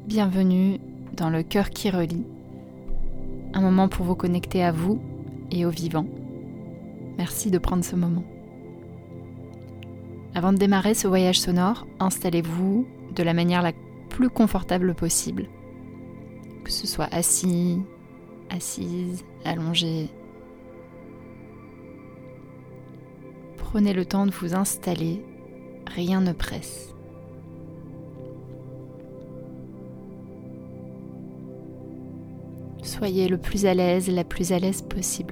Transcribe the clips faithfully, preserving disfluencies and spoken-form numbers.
Bienvenue dans le cœur qui relie, un moment pour vous connecter à vous et au vivant. Merci de prendre ce moment. Avant de démarrer ce voyage sonore, installez-vous de la manière la plus confortable possible. Que ce soit assis, assise, allongé. Prenez le temps de vous installer, rien ne presse. Soyez le plus à l'aise, la plus à l'aise possible.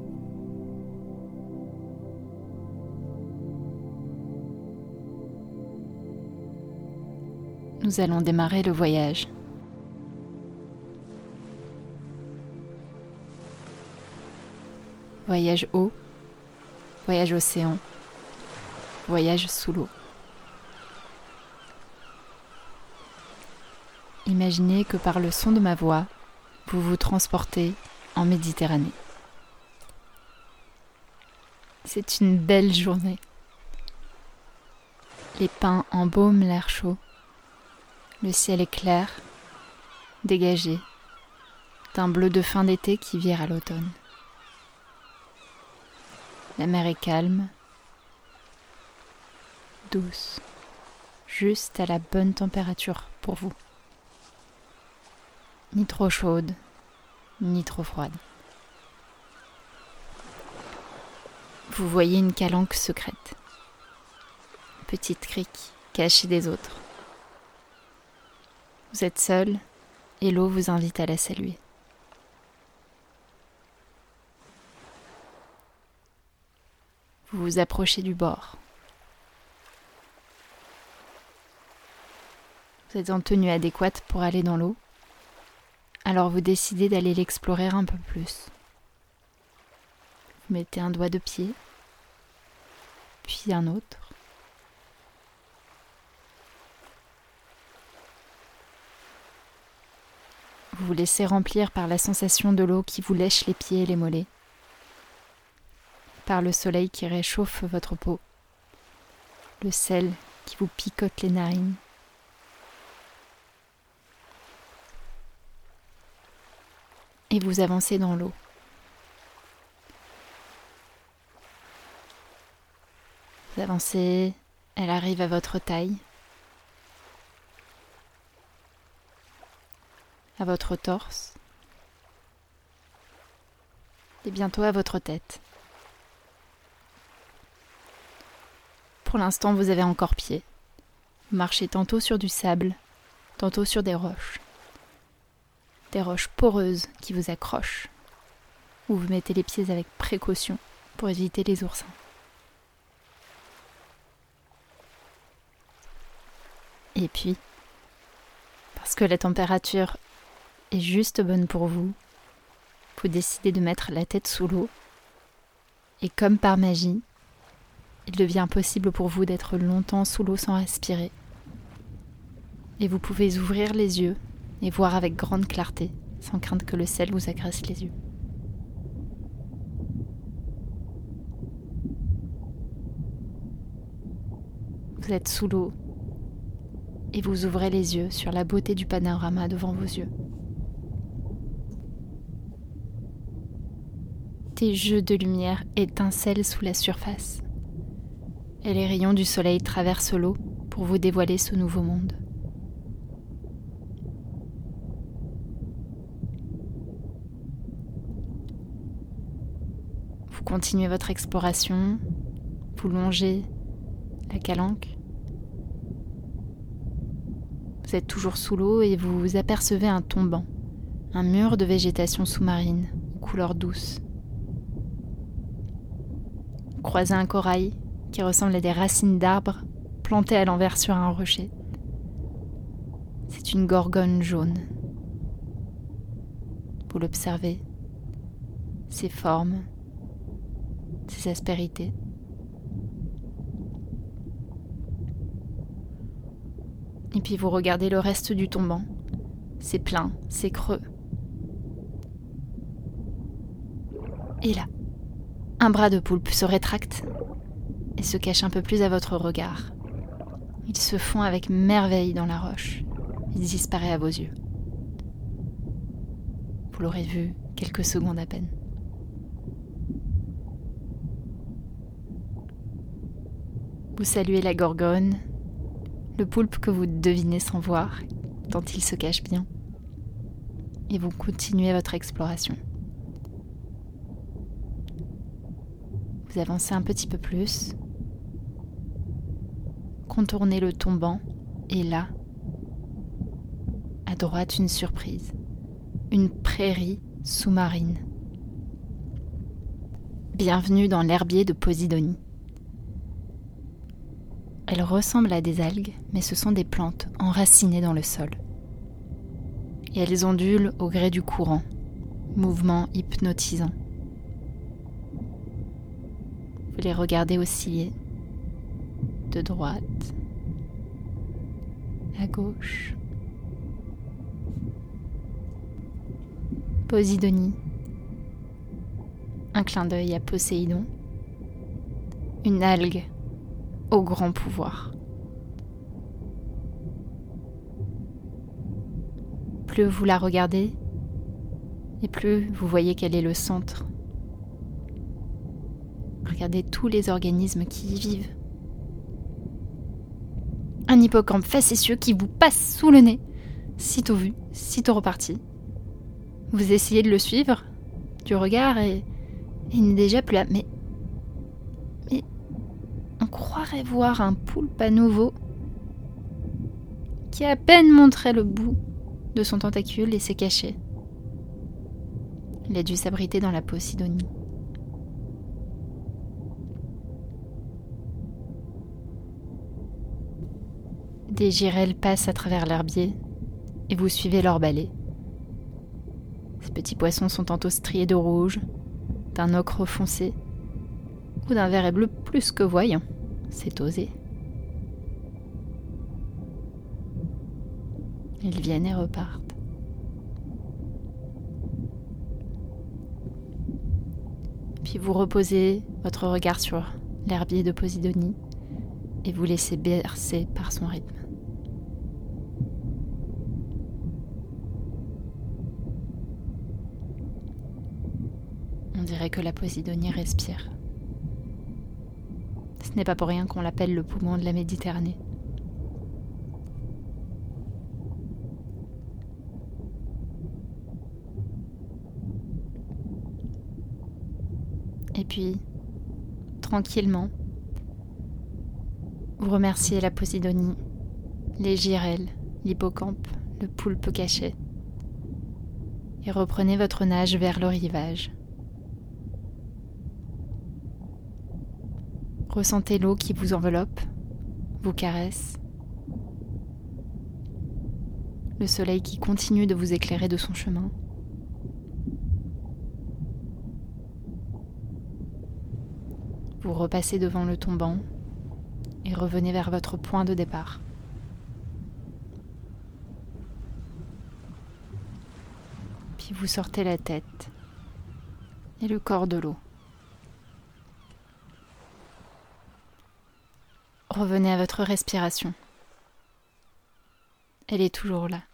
Nous allons démarrer le voyage. Voyage haut, voyage océan, voyage sous l'eau. Imaginez que par le son de ma voix, vous vous transportez en Méditerranée. C'est une belle journée. Les pins embaument l'air chaud. Le ciel est clair, dégagé, d'un bleu de fin d'été qui vire à l'automne. La mer est calme, douce, juste à la bonne température pour vous. Ni trop chaude, ni trop froide. Vous voyez une calanque secrète, petite crique cachée des autres. Vous êtes seul et l'eau vous invite à la saluer. Vous vous approchez du bord. Vous êtes en tenue adéquate pour aller dans l'eau. Alors vous décidez d'aller l'explorer un peu plus. Vous mettez un doigt de pied, puis un autre. Vous vous laissez remplir par la sensation de l'eau qui vous lèche les pieds et les mollets, par le soleil qui réchauffe votre peau, le sel qui vous picote les narines. Et vous avancez dans l'eau. Vous avancez, elle arrive à votre taille, à votre torse, et bientôt à votre tête. Pour l'instant, vous avez encore pied. Vous marchez tantôt sur du sable, tantôt sur des roches. Des roches poreuses qui vous accrochent, où vous mettez les pieds avec précaution pour éviter les oursins. Et puis, parce que la température est juste bonne pour vous, vous décidez de mettre la tête sous l'eau, et comme par magie, il devient possible pour vous d'être longtemps sous l'eau sans respirer. Et vous pouvez ouvrir les yeux et voir avec grande clarté, sans craindre que le sel vous agresse les yeux. Vous êtes sous l'eau et vous ouvrez les yeux sur la beauté du panorama devant vos yeux. Des jeux de lumière étincellent sous la surface et les rayons du soleil traversent l'eau pour vous dévoiler ce nouveau monde. Vous continuez votre exploration, vous longez la calanque. Vous êtes toujours sous l'eau et vous apercevez un tombant, un mur de végétation sous-marine aux couleurs douces. Vous croisez un corail qui ressemble à des racines d'arbres plantées à l'envers sur un rocher. C'est une gorgone jaune. Vous l'observez, ses formes, ses aspérités. Et puis vous regardez le reste du tombant. C'est plein, c'est creux. Et là, un bras de poulpe se rétracte et se cache un peu plus à votre regard. Il se fond avec merveille dans la roche il disparaît à vos yeux. Vous l'aurez vu quelques secondes à peine. Vous saluez la gorgone, le poulpe que vous devinez sans voir, tant il se cache bien, et vous continuez votre exploration. Vous avancez un petit peu plus, contournez le tombant, et là, à droite, une surprise, une prairie sous-marine. Bienvenue dans l'herbier de Posidonie. Elles ressemblent à des algues, mais ce sont des plantes enracinées dans le sol. Et elles ondulent au gré du courant, mouvement hypnotisant. Vous les regardez osciller de droite à gauche. Posidonie. Un clin d'œil à Poséidon. Une algue au grand pouvoir. Plus vous la regardez, et plus vous voyez quel est le centre. Regardez tous les organismes qui y vivent. Un hippocampe facétieux qui vous passe sous le nez, sitôt vu, sitôt reparti. Vous essayez de le suivre du regard et, et il n'est déjà plus là. Mais, mais on croirait voir un poulpe à nouveau qui à peine montrait le bout de son tentacule et s'est caché. Il a dû s'abriter dans la Posidonie. Des girelles passent à travers l'herbier et vous suivez leur balai. Ces petits poissons sont tantôt striés de rouge, d'un ocre foncé ou d'un vert et bleu plus que voyant. C'est osé. Ils viennent et repartent. Puis vous reposez votre regard sur l'herbier de Posidonie et vous laissez bercer par son rythme. On dirait que la Posidonie respire. Ce n'est pas pour rien qu'on l'appelle le poumon de la Méditerranée. Et puis, tranquillement, vous remerciez la Posidonie, les girelles, l'hippocampe, le poulpe cachet, et reprenez votre nage vers le rivage. Ressentez l'eau qui vous enveloppe, vous caresse, le soleil qui continue de vous éclairer de son chemin. Vous repassez devant le tombant et revenez vers votre point de départ. Puis vous sortez la tête et le corps de l'eau. Revenez à votre respiration. Elle est toujours là.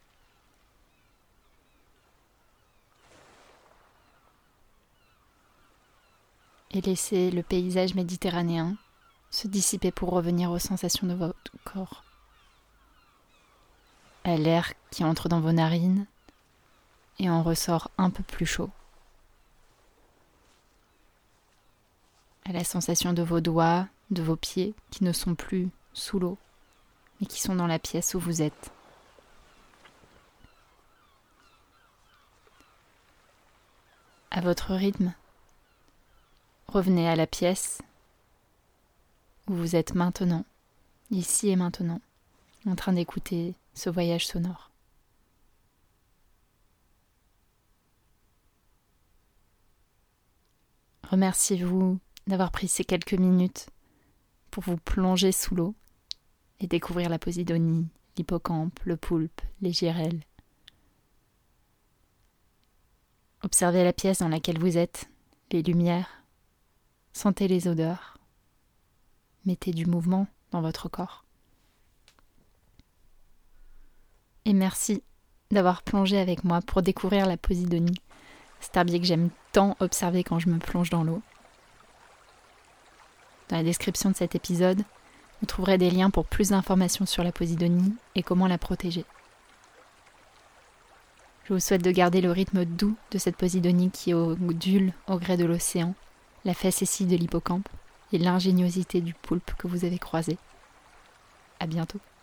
Et laissez le paysage méditerranéen se dissiper pour revenir aux sensations de votre corps. À l'air qui entre dans vos narines et en ressort un peu plus chaud. À la sensation de vos doigts, de vos pieds qui ne sont plus sous l'eau, mais qui sont dans la pièce où vous êtes. À votre rythme, revenez à la pièce où vous êtes maintenant, ici et maintenant, en train d'écouter ce voyage sonore. Remerciez-vous d'avoir pris ces quelques minutes pour vous plonger sous l'eau et découvrir la Posidonie, l'hippocampe, le poulpe, les girelles. Observez la pièce dans laquelle vous êtes, les lumières, sentez les odeurs, mettez du mouvement dans votre corps. Et merci d'avoir plongé avec moi pour découvrir la Posidonie, cet herbier que j'aime tant observer quand je me plonge dans l'eau. Dans la description de cet épisode, vous trouverez des liens pour plus d'informations sur la Posidonie et comment la protéger. Je vous souhaite de garder le rythme doux de cette Posidonie qui ondule au gré de l'océan, la facétie de l'hippocampe et l'ingéniosité du poulpe que vous avez croisé. À bientôt.